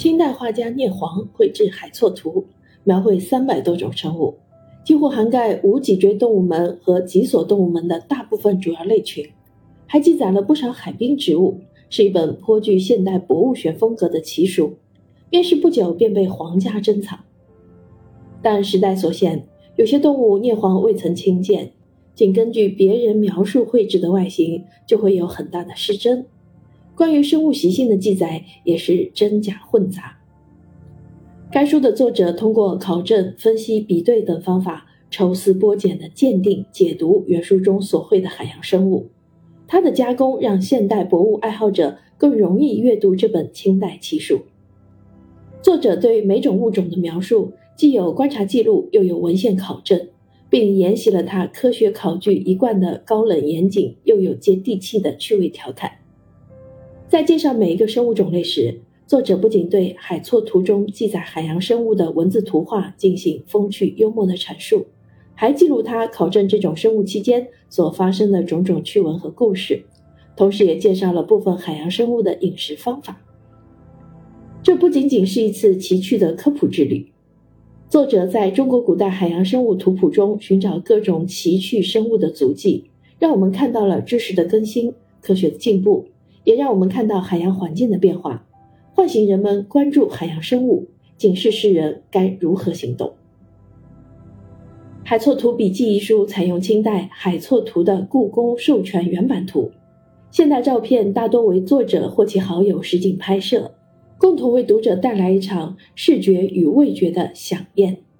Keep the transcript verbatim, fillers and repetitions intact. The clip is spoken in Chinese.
清代画家聂璜绘制海错图，描绘三百多种生物，几乎涵盖无脊椎动物门和脊索动物门的大部分主要类群，还记载了不少海滨植物，是一本颇具现代博物学风格的奇书，面世不久便被皇家珍藏。但时代所限，有些动物聂璜未曾亲见，仅根据别人描述绘制的外形，就会有很大的失真。关于生物习性的记载也是真假混杂。该书的作者通过考证、分析、比对等方法，抽丝剥茧地鉴定、解读原书中所绘的海洋生物。它的加工让现代博物爱好者更容易阅读这本清代奇书。作者对每种物种的描述既有观察记录，又有文献考证，并沿袭了他科学考据一贯的高冷严谨又有接地气的趣味调侃。在介绍每一个生物种类时，作者不仅对海错图中记载海洋生物的文字图画进行风趣幽默的阐述，还记录他考证这种生物期间所发生的种种趣闻和故事，同时也介绍了部分海洋生物的饮食方法。这不仅仅是一次奇趣的科普之旅，作者在中国古代海洋生物图谱中寻找各种奇趣生物的足迹，让我们看到了知识的更新、科学的进步，也让我们看到海洋环境的变化，唤醒人们关注海洋生物，警示世人该如何行动。海错图笔记一书采用清代海错图的故宫授权原版图，现代照片大多为作者或其好友实景拍摄，共同为读者带来一场视觉与味觉的飨宴。